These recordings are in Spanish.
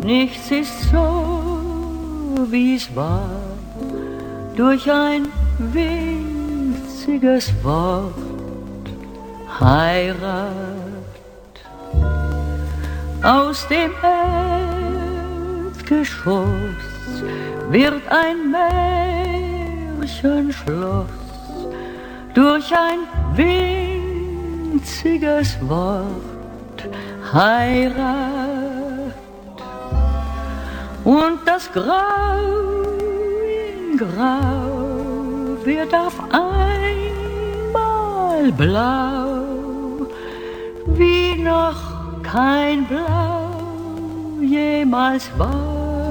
Nichts ist so, wie es war, durch ein winziges Wort, Heirat. Aus dem Erdgeschoss wird ein Märchenschloss, durch ein winziges Wort, Heirat. Und das Grau in Grau wird auf einmal blau, wie noch kein Blau jemals war.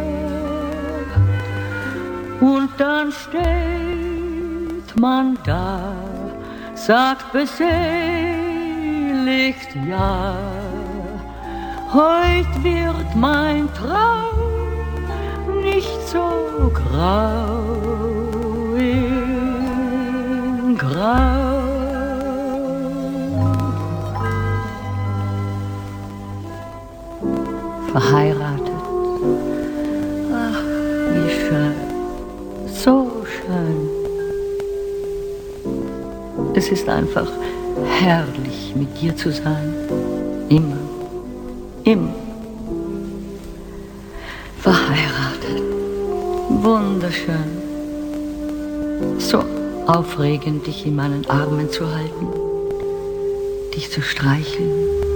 Und dann steht man da, sagt beseligt ja, heut wird mein Traum nicht so grau in Grau. Verheiratet, ach, wie schön, so schön. Es ist einfach herrlich, mit dir zu sein, immer. Immer. Verheiratet. Wunderschön. So aufregend, dich in meinen Armen zu halten, dich zu streicheln.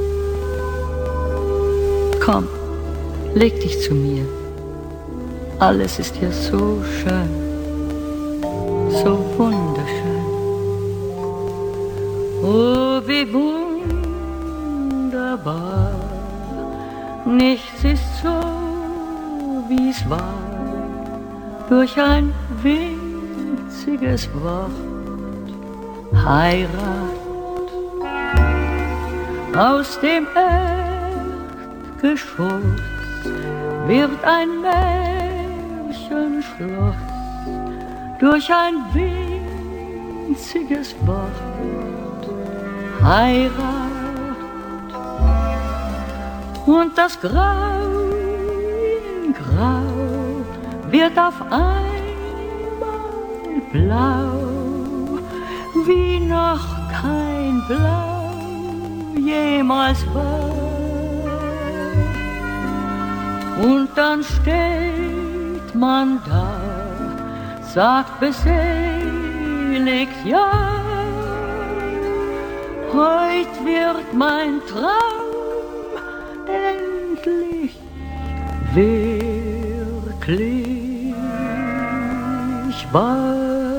Komm, leg dich zu mir. Alles ist hier so schön, so wunderschön. Oh, wie wunderbar. Nichts ist so, wie es war, durch ein winziges Wort, Heirat. Aus dem Erdgeschoss wird ein Märchenschloss, durch ein winziges Wort, Heirat. Und das Grau in Grau wird auf einmal blau, wie noch kein Blau jemals war. Und dann steht man da, sagt beseligt ja, heut wird mein Traum endlich wirklich wahr.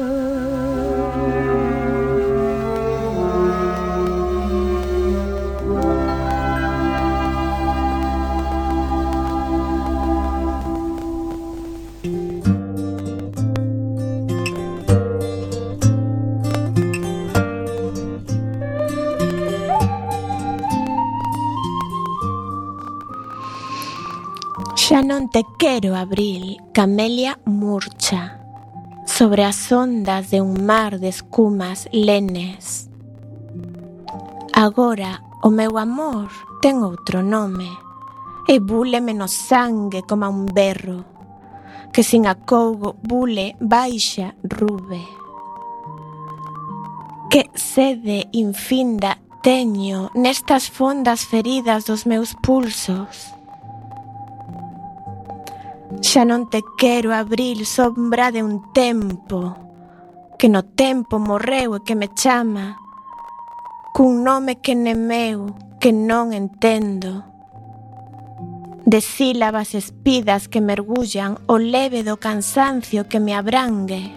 Xa non te quero, abril, Camelia murcha, sobre as ondas de un mar de escumas lenes. Agora o meu amor ten outro nome, e búleme no sangue como un berro, que sin acougo bule baixa rube. Que sede infinda teño nestas fondas feridas dos meus pulsos. Xa non te quero, abril, sombra de un tempo que no tempo morreu e que me chama cun nome que nem meu, que non entendo, de sílabas espidas que mergullan o leve do cansancio que me abrangue.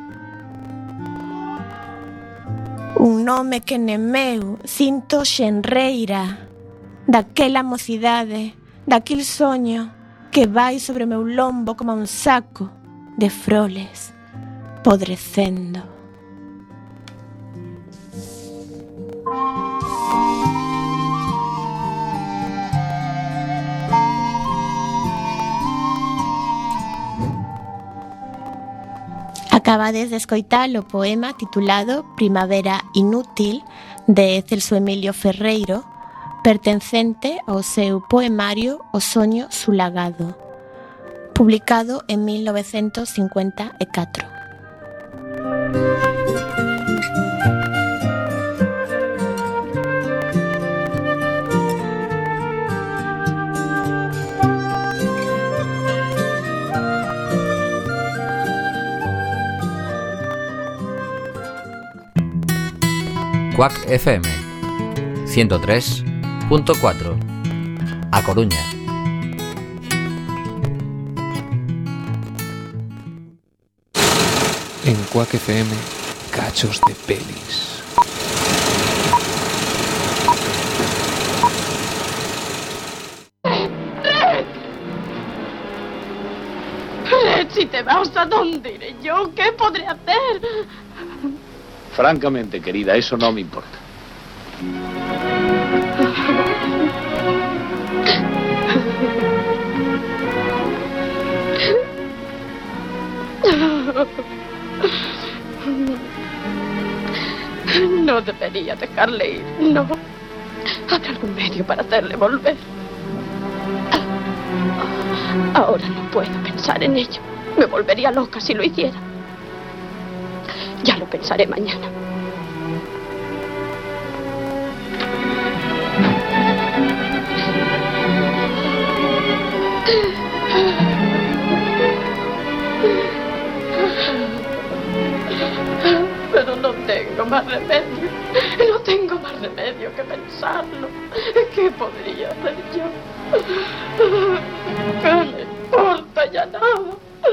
Un nome que nem meu, sinto xenreira daquela mocidade, daquil soño que vai sobre o meu lombo como un saco de froles, podrecendo. Acabades de escoitar o poema titulado Primavera inútil de Celso Emilio Ferreiro, pertencente ao seu poemario O soño sulagado, publicado en 1954. Cuac FM 103.4 A Coruña. En Cuac FM, cachos de pelis. Red, si te vas, ¿a dónde iré yo? ¿Qué podré hacer? Francamente, querida, eso no me importa. No debería dejarle ir, no. ¿Habrá algún medio para hacerle volver? Ahora no puedo pensar en ello. Me volvería loca si lo hiciera. Ya lo pensaré mañana. Pero no tengo más remedio. No tengo más remedio que pensarlo. ¿Qué podría hacer yo? ¿Qué me importa ya nada?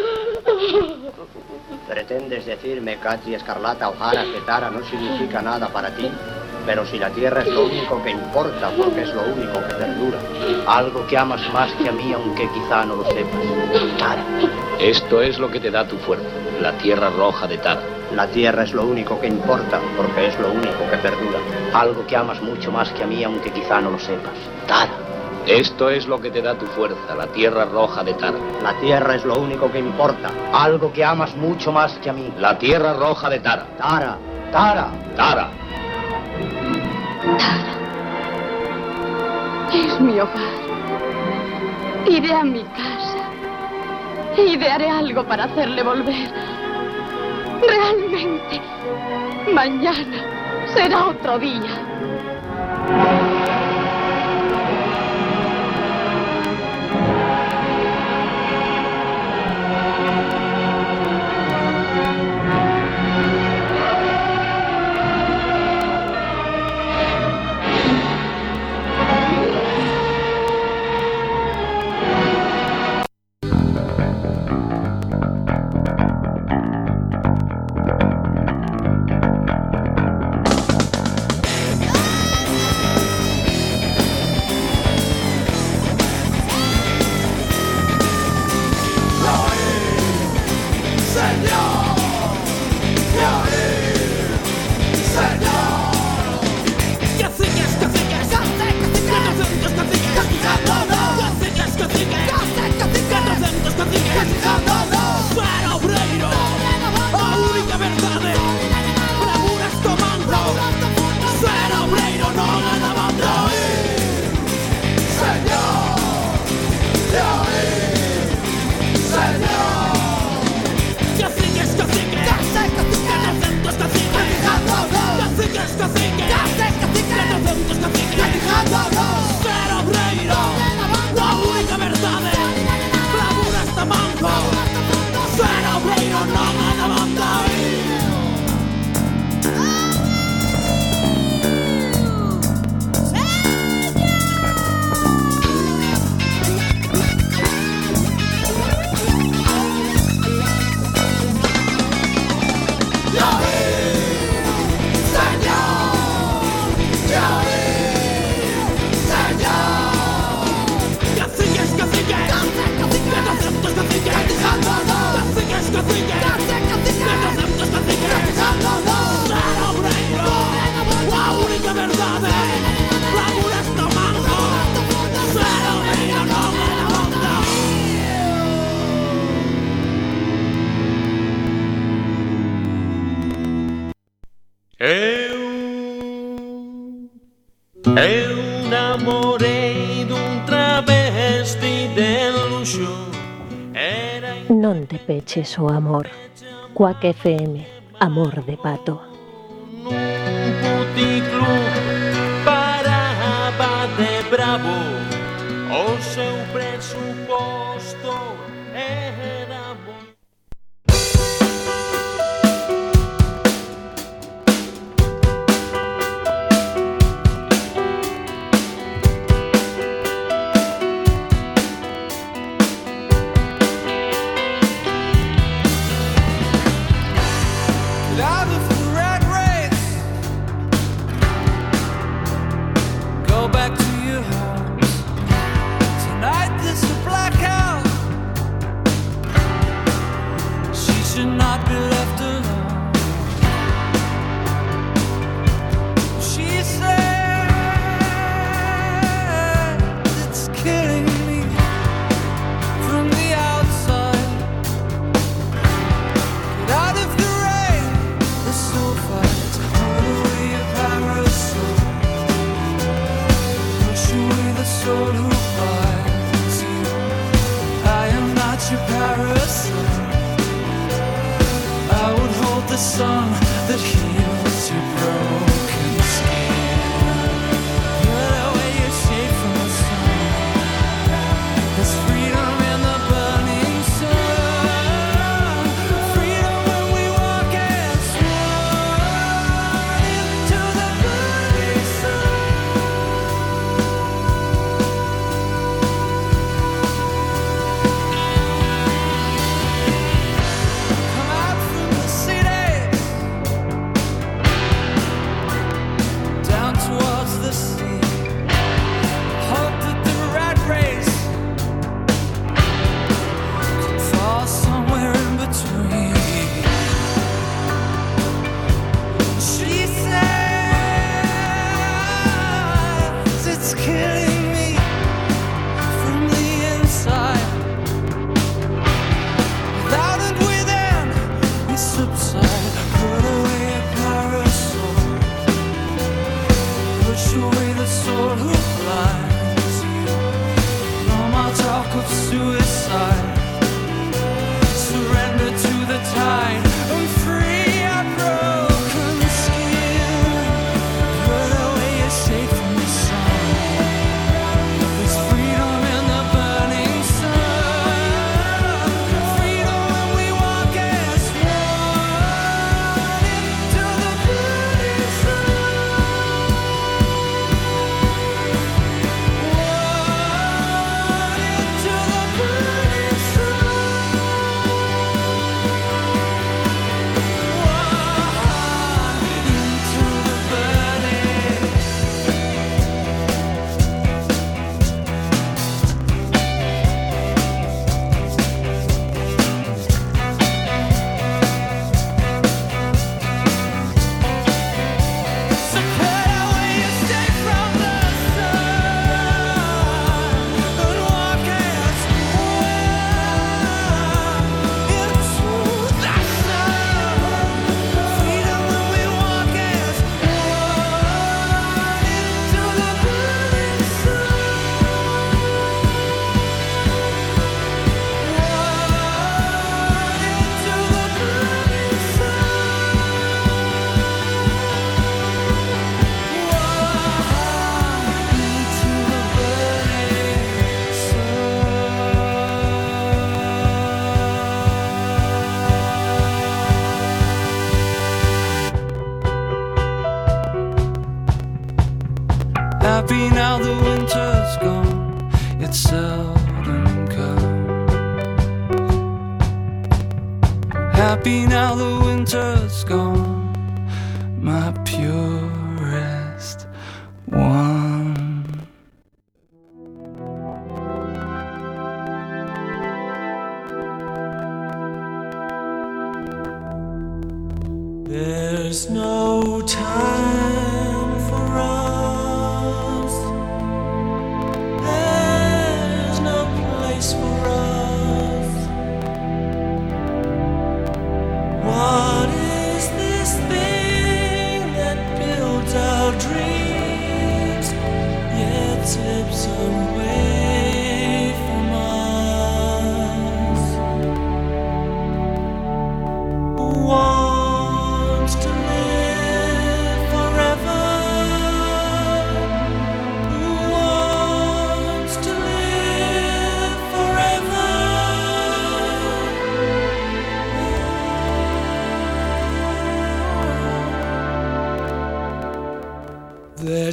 ¿Pretendes decirme que Katy Escarlata O'Hara que Tara no significa nada para ti? Pero si la tierra es lo único que importa, porque es lo único que perdura, algo que amas más que a mí, aunque quizá no lo sepas, Tara. Esto es lo que te da tu fuerza, la tierra roja de Tara. La tierra es lo único que importa, porque es lo único que perdura, algo que amas mucho más que a mí, aunque quizá no lo sepas, Tara. Esto es lo que te da tu fuerza, la tierra roja de Tara. La tierra es lo único que importa, algo que amas mucho más que a mí. La tierra roja de Tara. Tara, Tara, Tara. Tara. Es mi hogar. Iré a mi casa. Y haré algo para hacerle volver. Realmente. Mañana será otro día. Non te peches o amor. Quack FM, amor de pato. Nun puticlub paraba de bravo, o seu presuposto era moi. Happy now the winter's gone, it seldom comes. Happy now the winter's gone, my purest one. There's no time for us. There's no place for us. What is this thing that builds our dreams, yet slips away from us?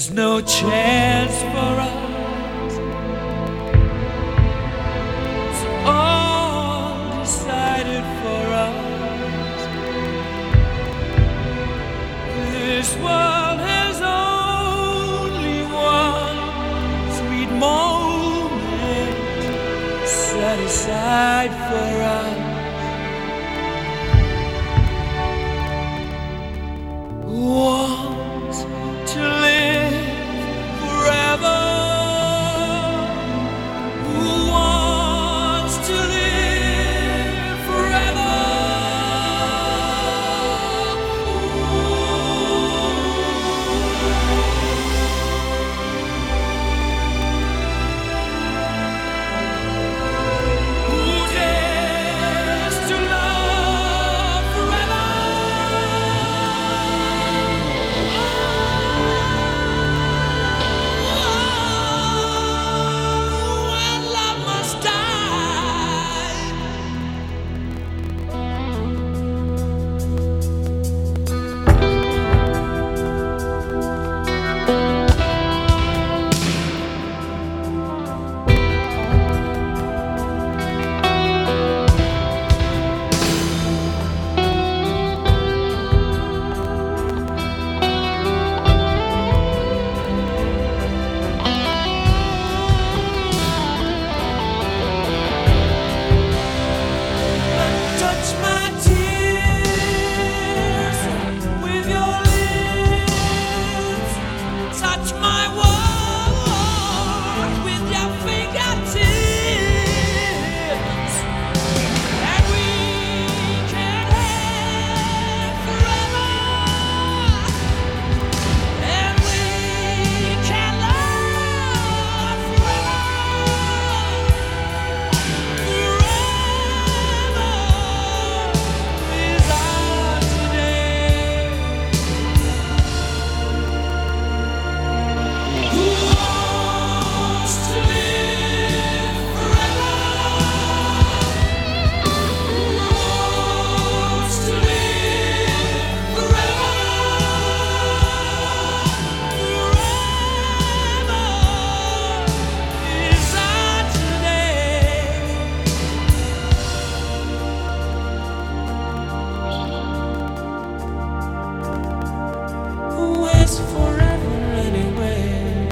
There's no chance for us. It's all decided for us. This world has only one sweet moment set aside for us. Want to live forever. Who wants to live forever? Who dares to love forever? When love must die. Touch my tears with your lips. Touch my world with your fingertips. And we can have forever. And we can love forever. Who is forever anyway?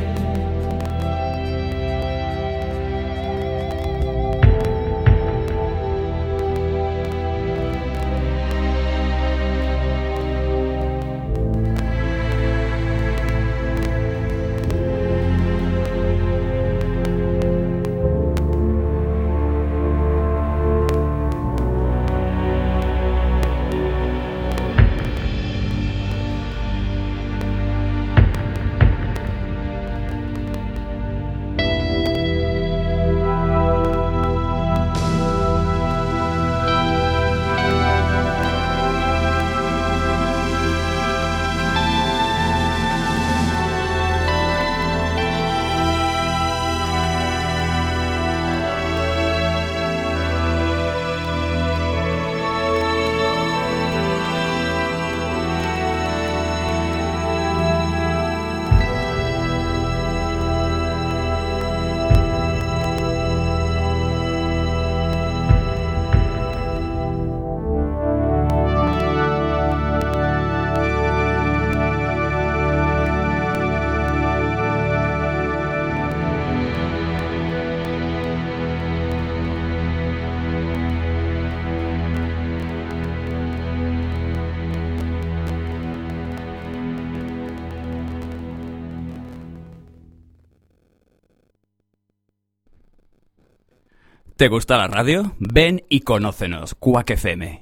¿Te gusta la radio? Ven y conócenos, Quack FM.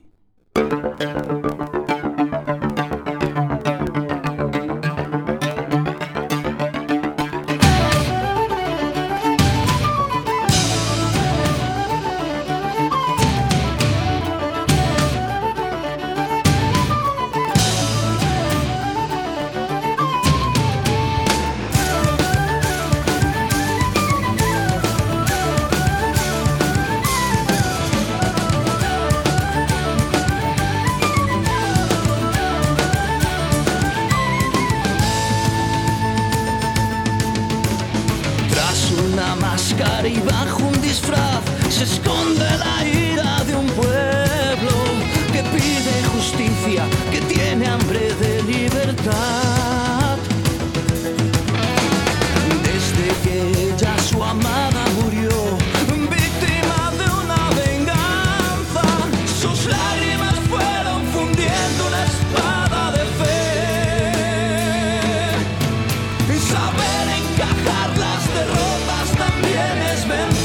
se esconde la ira de un pueblo que pide justicia, que tiene hambre de libertad. Desde que ella, su amada, murió, víctima de una venganza, sus lágrimas fueron fundiendo una espada de fe. Y saber encajar las derrotas también es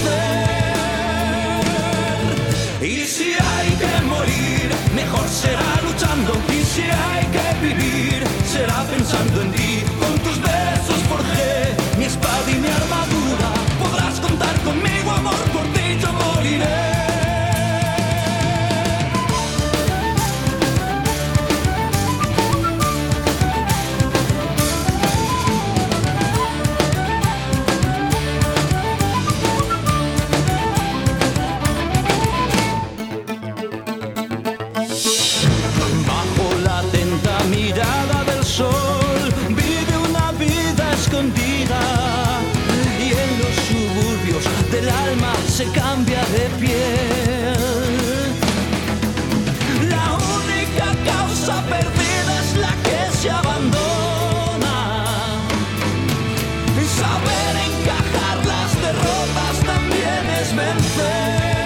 vencer. Y si hay que morir, mejor será luchando. Y si hay que vivir, será pensando en ti. Con tus besos forjé mi espada y mi armadura. Podrás contar conmigo, amor, por ti yo moriré. Bajo la atenta mirada del sol vive una vida escondida, y en los suburbios del alma se cambia de piel. La única causa perdida es la que se abandona. Y saber encajar las derrotas también es vencer.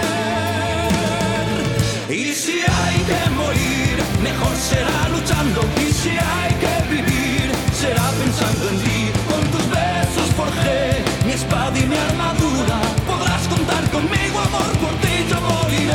Y si hay que morir, mejor será luchando. Y si hay que vivir, será pensando en ti. Con tus besos forjé mi espada y mi armadura. Podrás contar conmigo, amor, por ti yo moriré.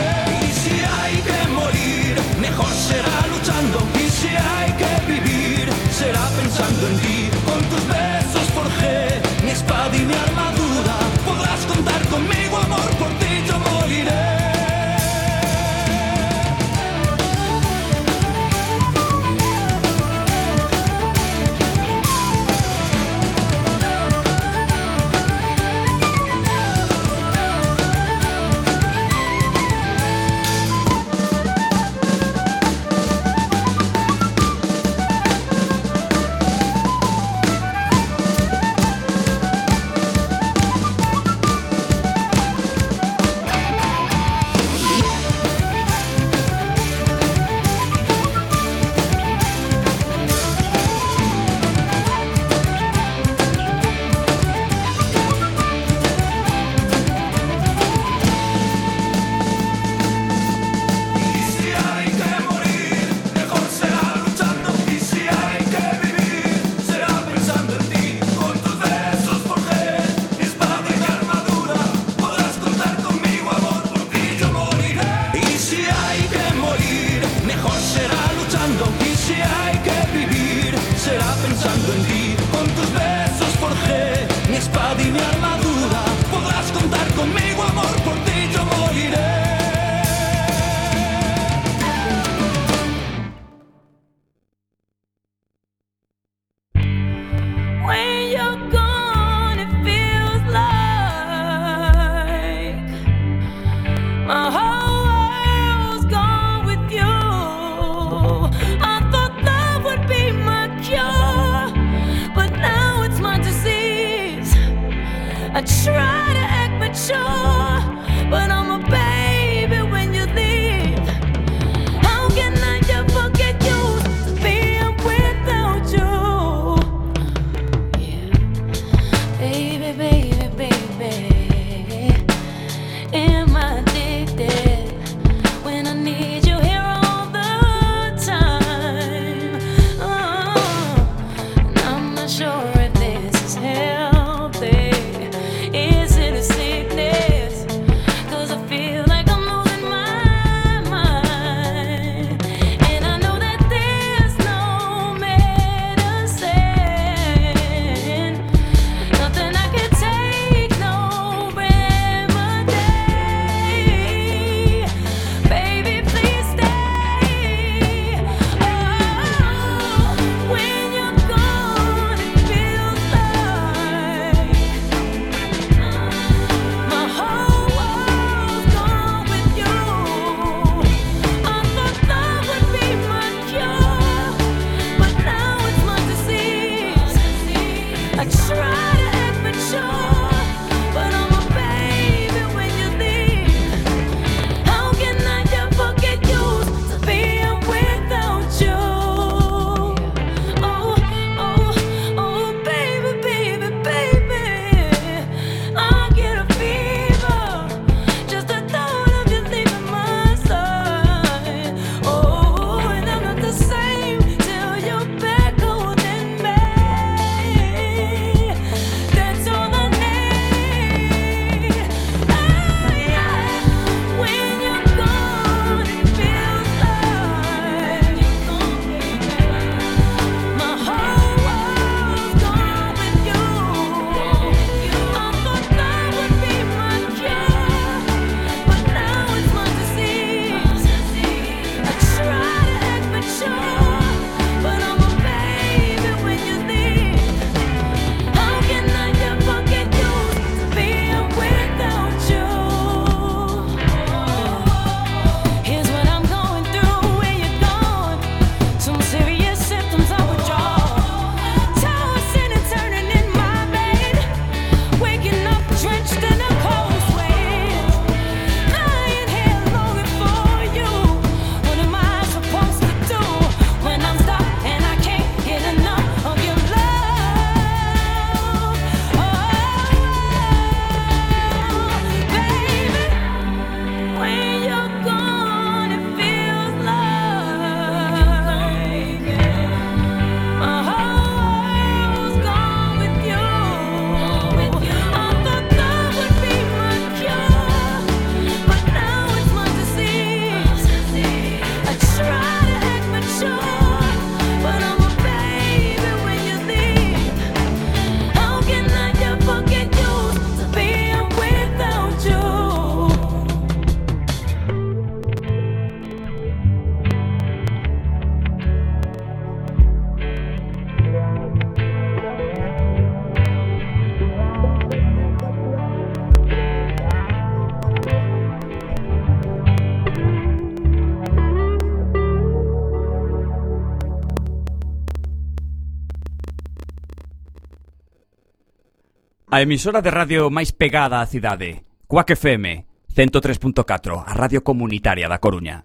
A emisora de radio máis pegada á cidade, Cuac FM 103.4, a radio comunitaria da Coruña.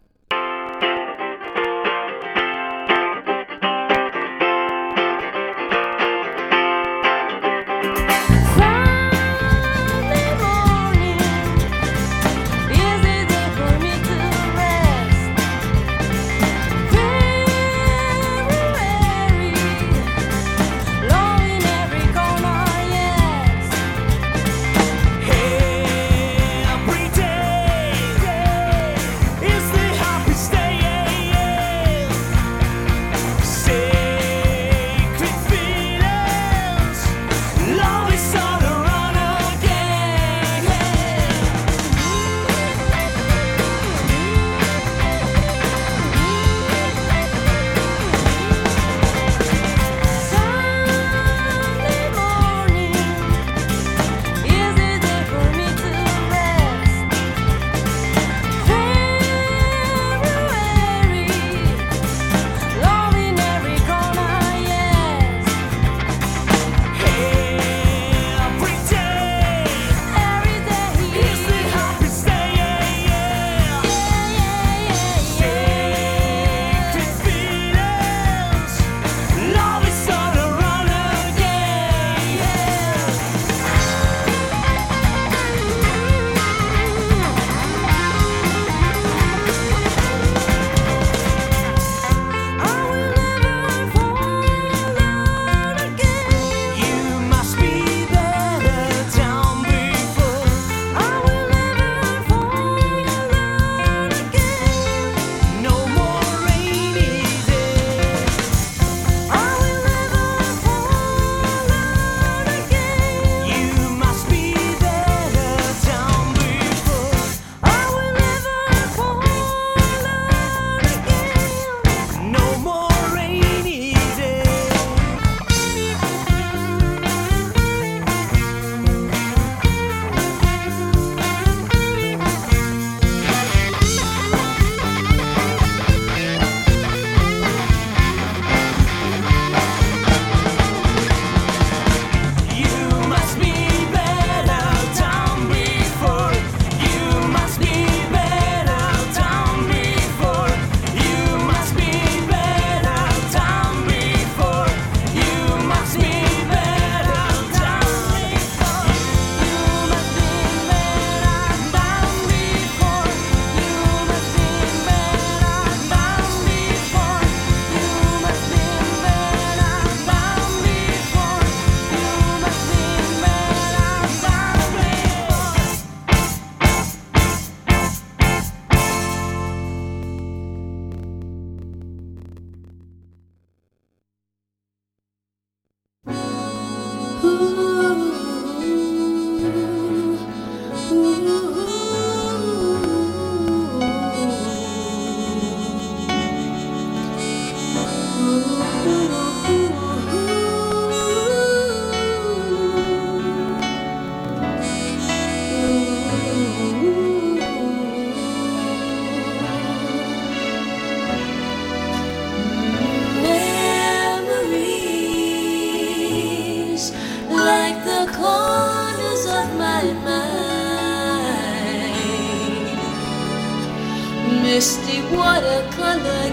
Misty watercolor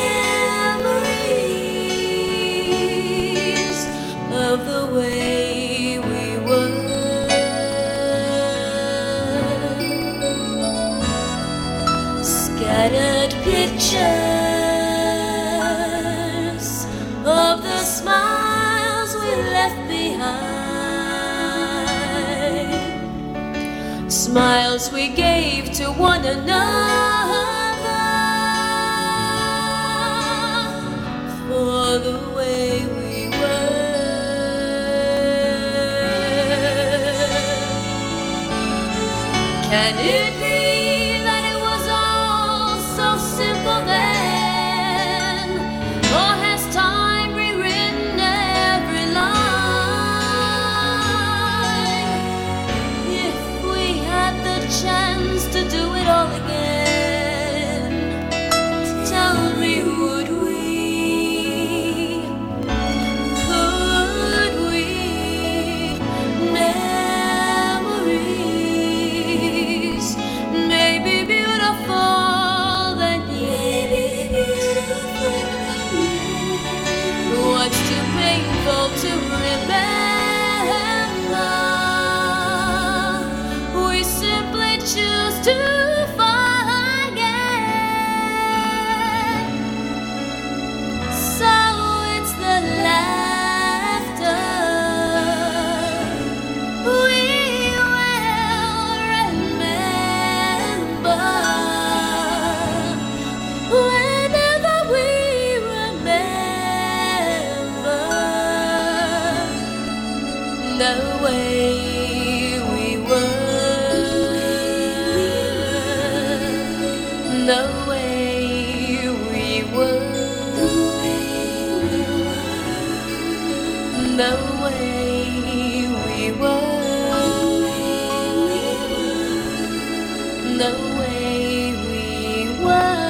memories of the way we were. Scattered pictures of the smiles we left behind, smiles we gave to one another. For the way we were. Can it be that it was all so simple then? Or has time rewritten every line? If we had the chance to do it all again, tell me, would we? Could we never the way we were, the way we were, the way we were.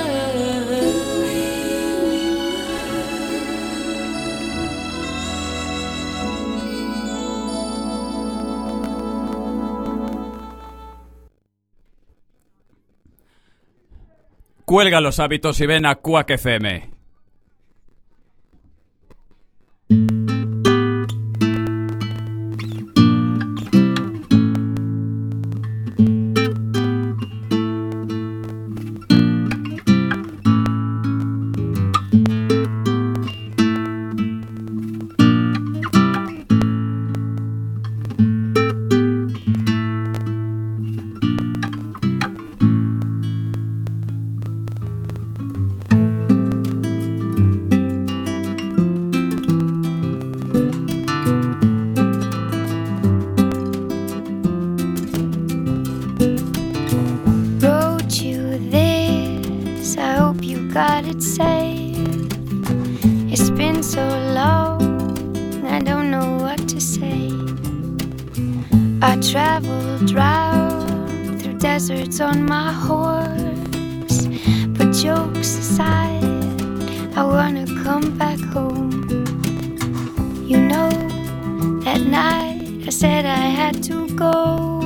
Cuelga los hábitos y ven a Quack FM. got it safe. It's been so long, I don't know what to say. I traveled round through deserts on my horse, but jokes aside, I wanna come back home. You know, that night I said I had to go.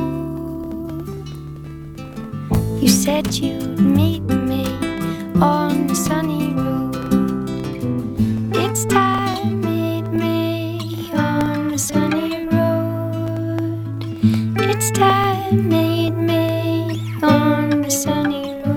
You said you'd meet me on the sunny road. It's time, meet me on the sunny road. It's time, meet me on the sunny road.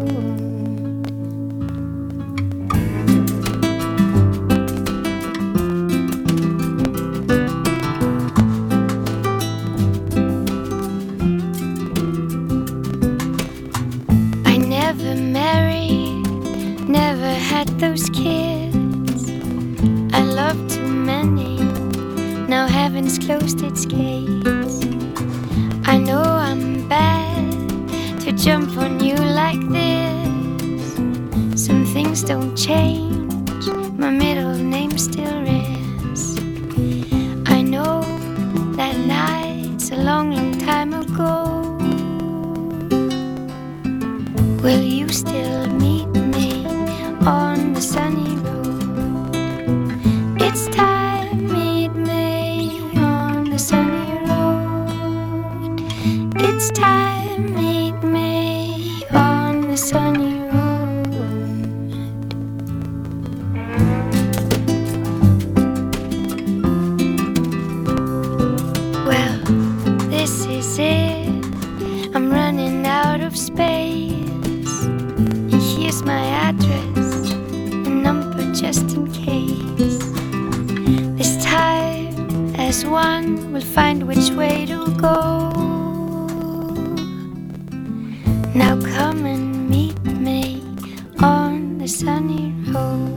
I never married, never had those kids. I loved too many, now heaven's closed its gates. I know I'm bad to jump on you like this. Some things don't change, my middle name still rests. I know that night's a long, long time ago. Will you still meet me on the sunny road? It's time, meet me on the sunny road. It's time, meet me on the sunny road. Well, this is it. I'm running out of space. Here's my address, a number just in case. This time, as one, we'll find which way to go. Now come and meet me on the sunny road.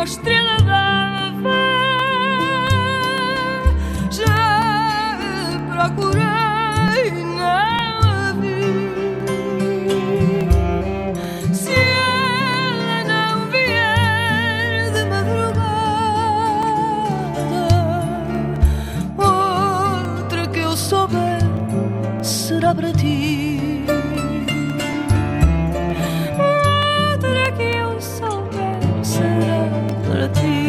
a estrela d'alva. Já procurei, não vi. Se ela não vier de madrugada, outra que eu souber será para ti. Outra que eu souber será para ti.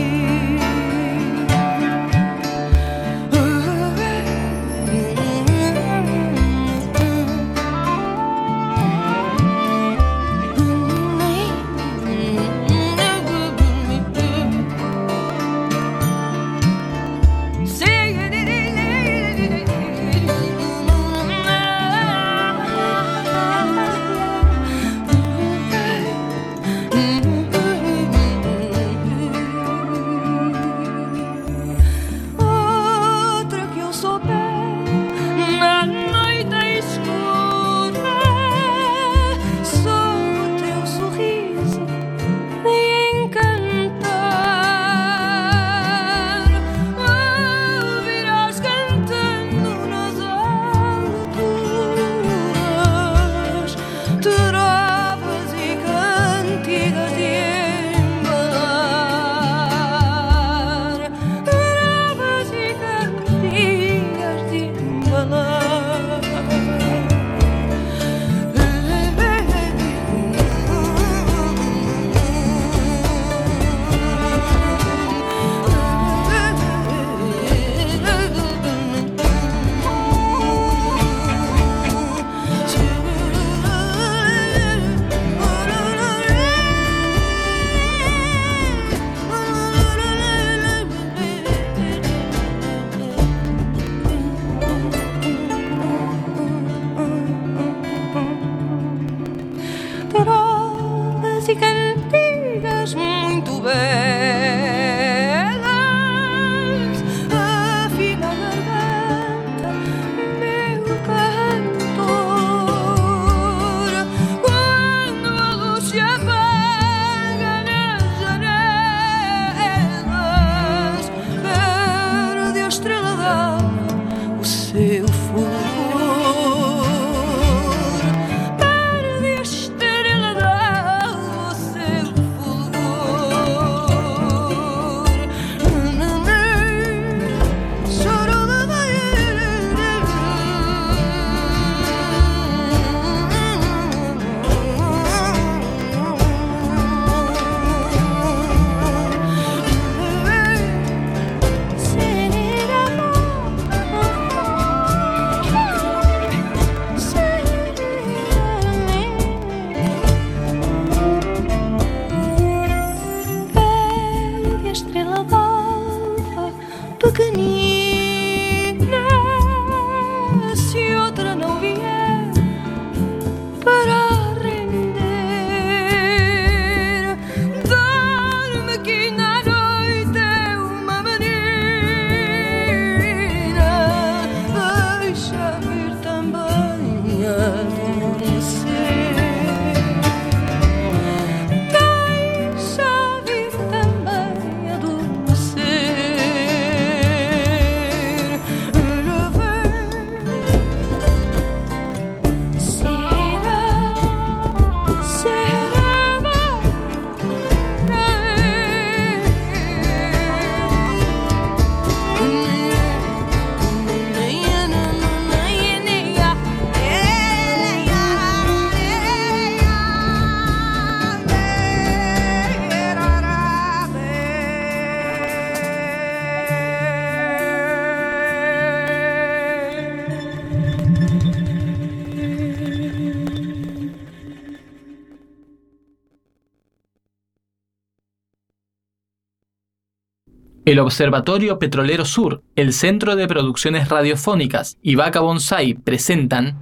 El Observatorio Petrolero Sur, el Centro de Producciones Radiofónicas y Vaca Bonsai presentan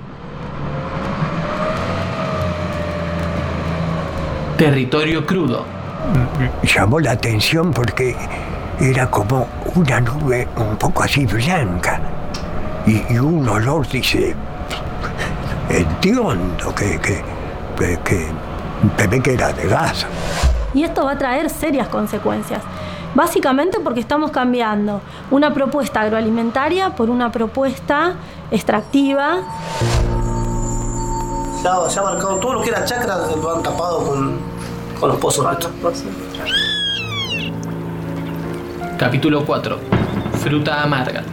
Territorio Crudo. Llamó la atención porque era como una nube un poco así blanca y un olor, dice, hediondo que ve que era de gas. y esto va a traer serias consecuencias. Básicamente porque estamos cambiando una propuesta agroalimentaria por una propuesta extractiva. Se ha marcado todo lo que era chacra, lo han tapado con los pozos nuestros. Capítulo 4. Fruta amarga.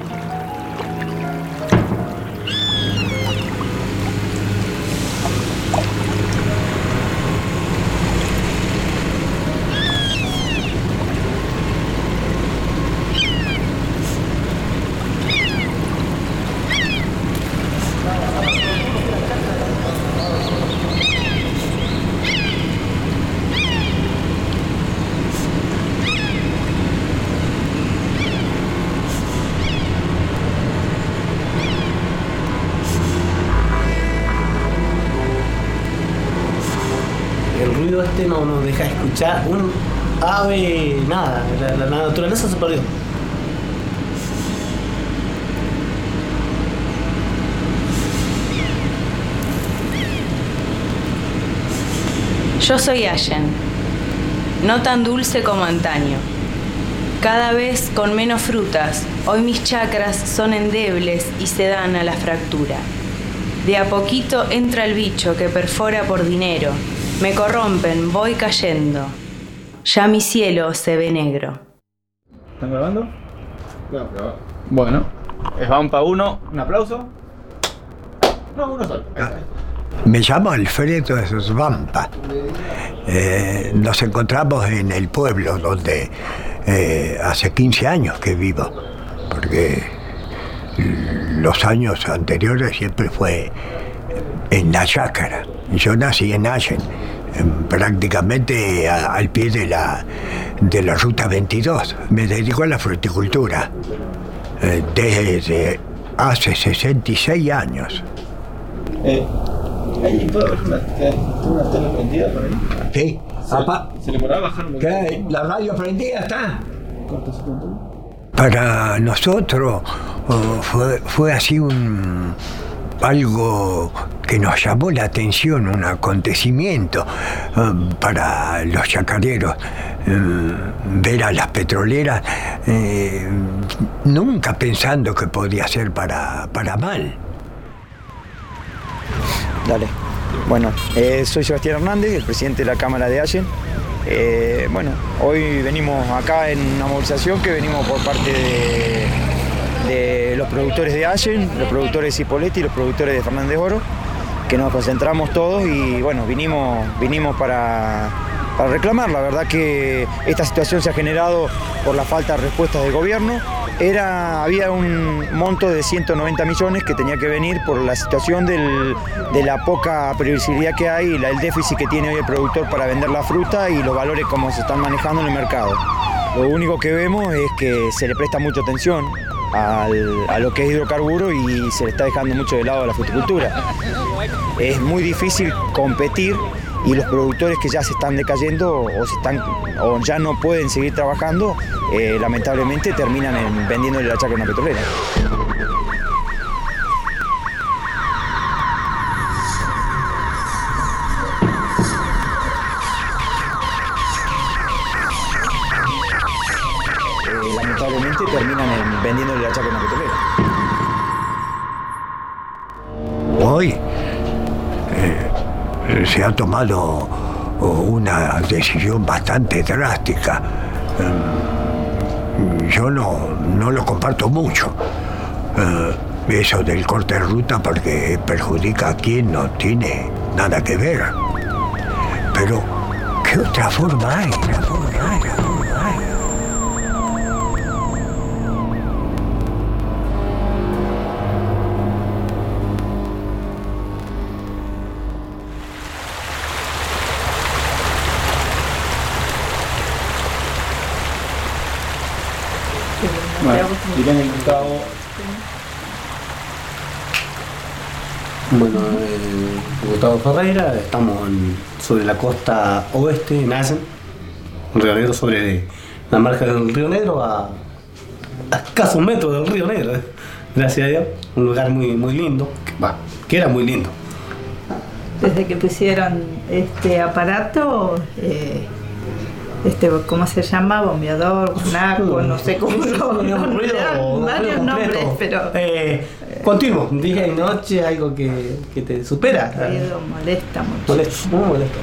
No nos deja escuchar un ave, nada, la naturaleza se perdió. Yo soy Allen, no tan dulce como antaño, cada vez con menos frutas. Hoy mis chakras son endebles y se dan a la fractura. De a poquito entra el bicho que perfora por dinero. Me corrompen, voy cayendo. Ya mi cielo se ve negro. ¿Están grabando? Bueno, es Vampa 1, un aplauso. No, uno solo. Me llamo Alfredo Vampa. Nos encontramos en el pueblo donde hace 15 años que vivo, porque los años anteriores siempre fue en la chácara. Yo nací en Allen, prácticamente al pie de la ruta 22. Me dedico a la fruticultura desde hace 66 años. ¿Puedo ver una tele prendida por ahí? Sí. ¿Se le podrá bajar un poquito? ¿Qué? ¿La radio prendida está? Para nosotros fue así algo que nos llamó la atención, un acontecimiento para los chacareros. Ver a las petroleras, nunca pensando que podía ser para mal. Dale. Bueno, soy Sebastián Hernández, el presidente de la Cámara de Allen. Bueno, hoy venimos acá en una movilización que venimos por parte de los productores de Allen, los productores de Cipolletti y los productores de Fernández Oro, que nos concentramos todos y bueno, vinimos para reclamar. La verdad que esta situación se ha generado por la falta de respuestas del gobierno. Había un monto de 190 millones que tenía que venir por la situación de la poca previsibilidad que hay, el déficit que tiene hoy el productor para vender la fruta y los valores como se están manejando en el mercado. Lo único que vemos es que se le presta mucha atención a lo que es hidrocarburo y se le está dejando mucho de lado a la fruticultura. Es muy difícil competir y los productores que ya se están decayendo o ya no pueden seguir trabajando, lamentablemente terminan vendiéndole la chacra a una petrolera. Lamentablemente terminan vendiéndole la chacra a una petrolera. Hoy se ha tomado una decisión bastante drástica. Yo no lo comparto mucho, eso del corte de ruta, porque perjudica a quien no tiene nada que ver. Pero, ¿qué otra forma hay? Irene y Gustavo. Bueno, Gustavo Ferreira, estamos sobre la costa oeste, en Allen, en Río Negro, sobre la marca del Río Negro, a escaso un metro del Río Negro, gracias a Dios, un lugar muy lindo, que era muy lindo. Desde que pusieron este aparato, ¿cómo se llama? Bombeador, naco, no sé cómo varios nombres, pero continuo, día y noche, algo que te supera. Ruido molesta mucho. Muy molesto.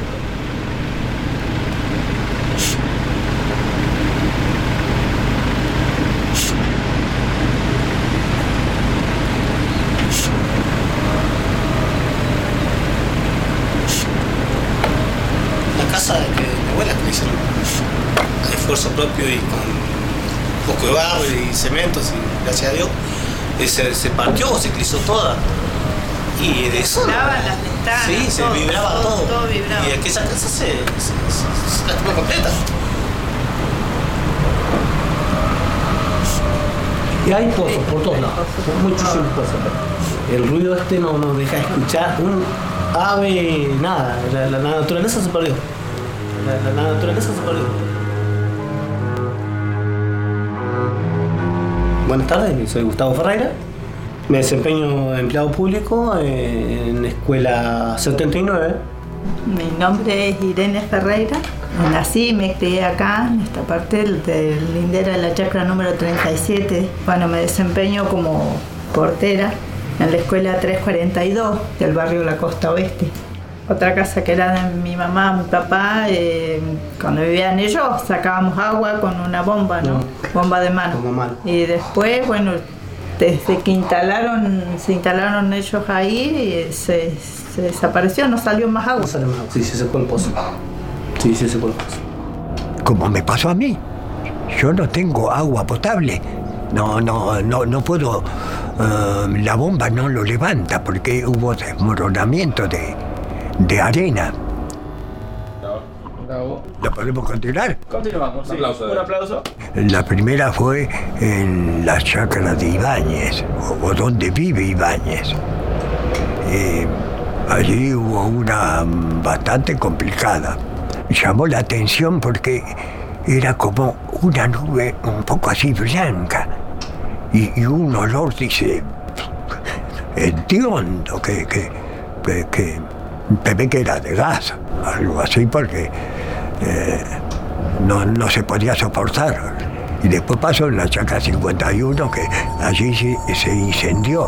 De mi abuela que me hicieron de esfuerzo propio y con un poco de barro y cementos, y gracias a Dios se partió, se clisó toda, y de eso vibraban las ventanas, sí, se vibraba todo vibraba. Y aquella casa se lastimó completa. Y hay pozos por todos lados, muchísimos pozos. El ruido no nos deja escuchar un ave, nada, la naturaleza se perdió. La naturaleza se perdió. Buenas tardes, soy Gustavo Ferreira. Me desempeño de empleado público en la escuela 79. Mi nombre es Irene Ferreira. Nací y me crié acá, en esta parte del lindero de la chacra número 37. Bueno, me desempeño como portera en la escuela 342 del barrio La Costa Oeste. Otra casa que era de mi mamá, mi papá, cuando vivían ellos sacábamos agua con una bomba, ¿no? Bomba de mano. Y después, bueno, desde que se instalaron ellos ahí, se desapareció, no salió más agua. No salió más agua. Sí, se secó el pozo. Sí, se secó el pozo. Como me pasó a mí. Yo no tengo agua potable. No puedo. La bomba no lo levanta porque hubo desmoronamiento de arena. ¿Lo podemos continuar? Continuamos, sí. Un aplauso. La primera fue en la chacra de Ibáñez, o donde vive Ibáñez. Allí hubo una bastante complicada. Llamó la atención porque era como una nube un poco así blanca y un olor, dice, hediondo que ve que era de gas, algo así, porque no se podía soportar. Y después pasó en la chacra 51, que allí se incendió.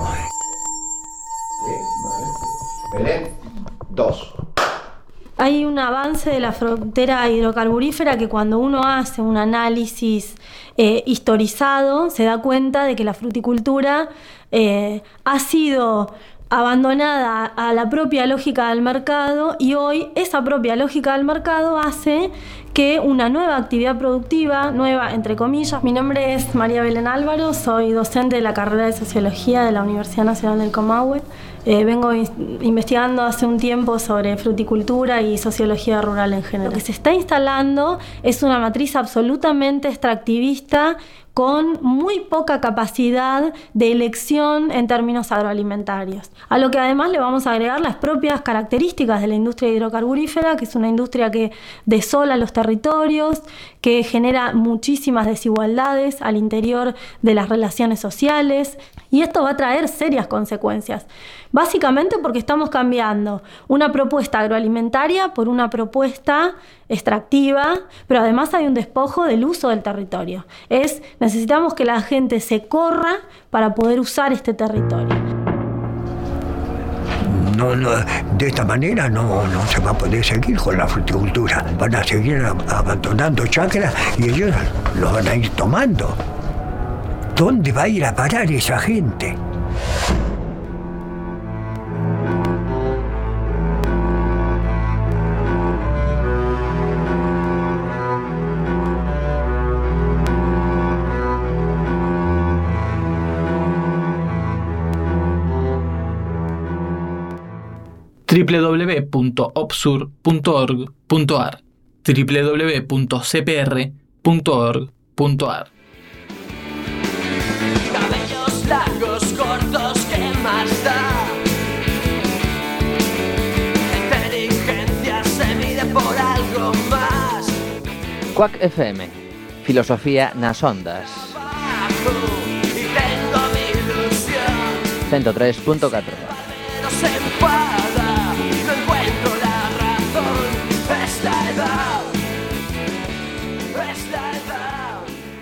Belén, 2. Hay un avance de la frontera hidrocarburífera que cuando uno hace un análisis historizado se da cuenta de que la fruticultura ha sido abandonada a la propia lógica del mercado, y hoy esa propia lógica del mercado hace que una nueva actividad productiva, nueva entre comillas. Mi nombre es María Belén Álvaro, soy docente de la carrera de Sociología de la Universidad Nacional del Comahue. Vengo investigando hace un tiempo sobre fruticultura y sociología rural en general. Lo que se está instalando es una matriz absolutamente extractivista con muy poca capacidad de elección en términos agroalimentarios. A lo que además le vamos a agregar las propias características de la industria hidrocarburífera, que es una industria que desola los territorios, que genera muchísimas desigualdades al interior de las relaciones sociales, y esto va a traer serias consecuencias. Básicamente porque estamos cambiando una propuesta agroalimentaria por una propuesta extractiva, pero además hay un despojo del uso del territorio. Necesitamos que la gente se corra para poder usar este territorio. No, de esta manera no se va a poder seguir con la fruticultura. Van a seguir abandonando chacras y ellos los van a ir tomando. ¿Dónde va a ir a parar esa gente? www.opsur.org.ar, www.cpr.org.ar. Cabellos largos, cortos, ¿qué más da? La inteligencia se mide por algo más. Quack FM, filosofía nas ondas. Y tengo mi ilusión. 103.4. No se enfada, no encuentro la razón. Esta edad esta edad.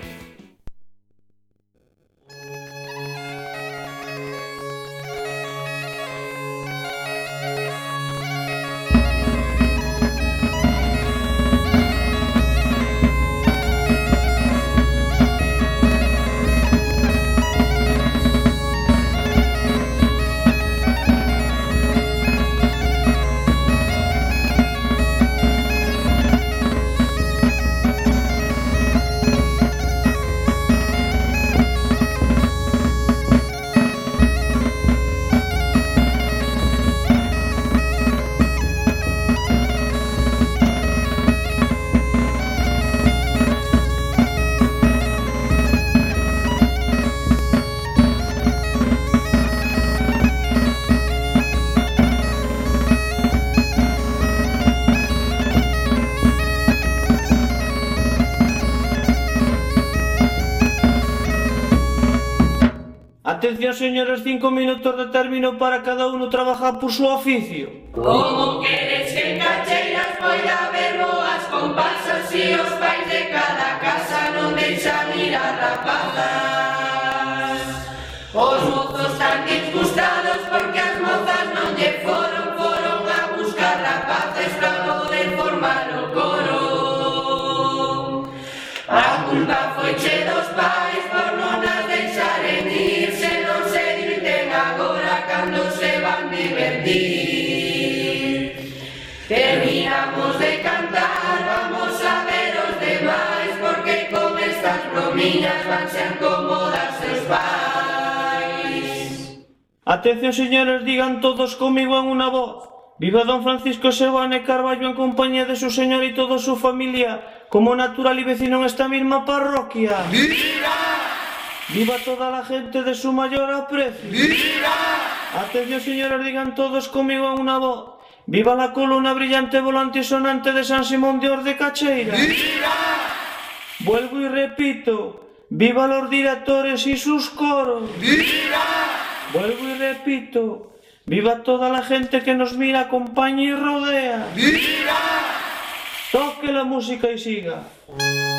Atención, señores, 5 minutos de término para cada uno trabajar por su oficio. Como queres que en Cacheiras poida haber boas comparsas e os pais de cada casa non deixan ir a rapazas? Os mozos tan disgustados porque as mozas non lle foron a buscar rapaces para poder formar o coro. A culpa foi che dos pais por non as deixaren ir, se non se dirten agora cando se van divertir. Terminamos de cantar, vamos a ver os demais, porque con estas bromiñas vanse a incomodar seus pais. Atención, señores, digan todos conmigo en una voz. Viva don Francisco Sebane Carballo en compañía de su señor y toda su familia, como natural y vecino en esta misma parroquia. ¡Viva! Viva toda la gente de su mayor aprecio. ¡Viva! Atención, señores, digan todos conmigo en una voz. Viva la columna brillante, volante y sonante de San Simón de Ors de Cacheira. ¡Viva! Vuelvo y repito, viva los directores y sus coros. ¡Viva! Vuelvo y repito, viva toda la gente que nos mira, acompaña y rodea. ¡Viva! Toque la música y siga.